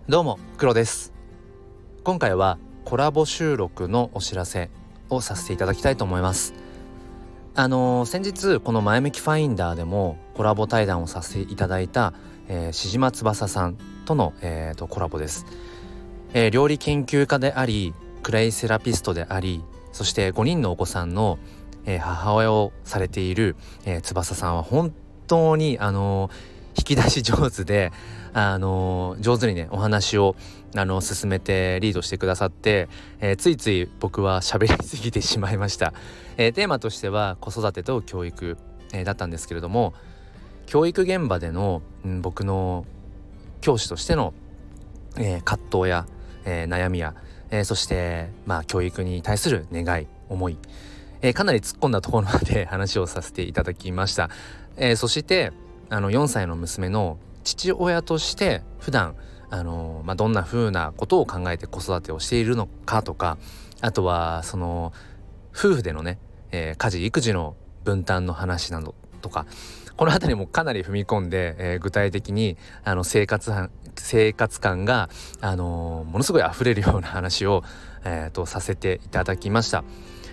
どうも黒です。今回はコラボ収録のお知らせをさせていただきたいと思います。先日この前向きファインダーでもコラボ対談をさせていただいた、志島翼さんとの、コラボです。料理研究家でありクレイセラピストであり、そして5人のお子さんの、母親をされている、翼さんは本当に引き出し上手で上手にねお話を進めてリードしてくださって、ついつい僕は喋りすぎてしまいました。テーマとしては子育てと教育、だったんですけれども、教育現場での、僕の教師としての、葛藤や、悩みや、そして、教育に対する願い思い、かなり突っ込んだところまで話をさせていただきました。そして4歳の娘の父親として普段どんな風なことを考えて子育てをしているのかとか、あとはその夫婦でのね、家事育児の分担の話などとか、このあたりもかなり踏み込んで、具体的に生活感がものすごい溢れるような話を、させていただきました。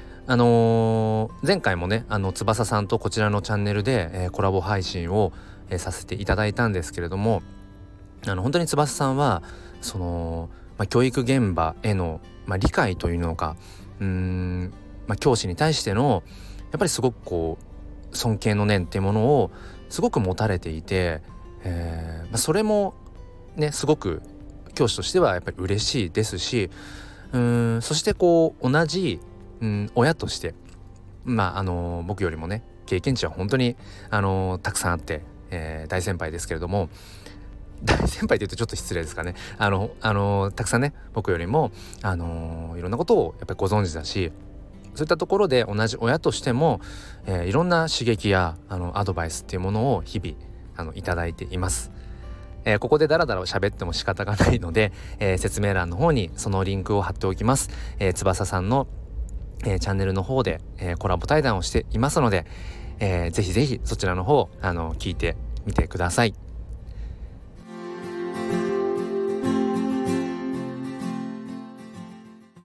前回もね翼さんとこちらのチャンネルで、コラボ配信を、させていただいたんですけれども、本当に翼さんはその、教育現場への、理解というのか教師に対してのやっぱりすごくこう尊敬の念っていうものをすごく持たれていて、それもねすごく教師としてはやっぱり嬉しいですし、そしてこう同じ親として僕よりもね経験値は本当にたくさんあって、大先輩ですけれども、大先輩というとちょっと失礼ですかね。たくさんね僕よりもいろんなことをやっぱりご存知だし、そういったところで同じ親としても、いろんな刺激やアドバイスっていうものを日々いただいています。ここでダラダラ喋っても仕方がないので、説明欄の方にそのリンクを貼っておきます。翼さんのチャンネルの方で、コラボ対談をしていますので、ぜひぜひそちらの方聞いてみてください。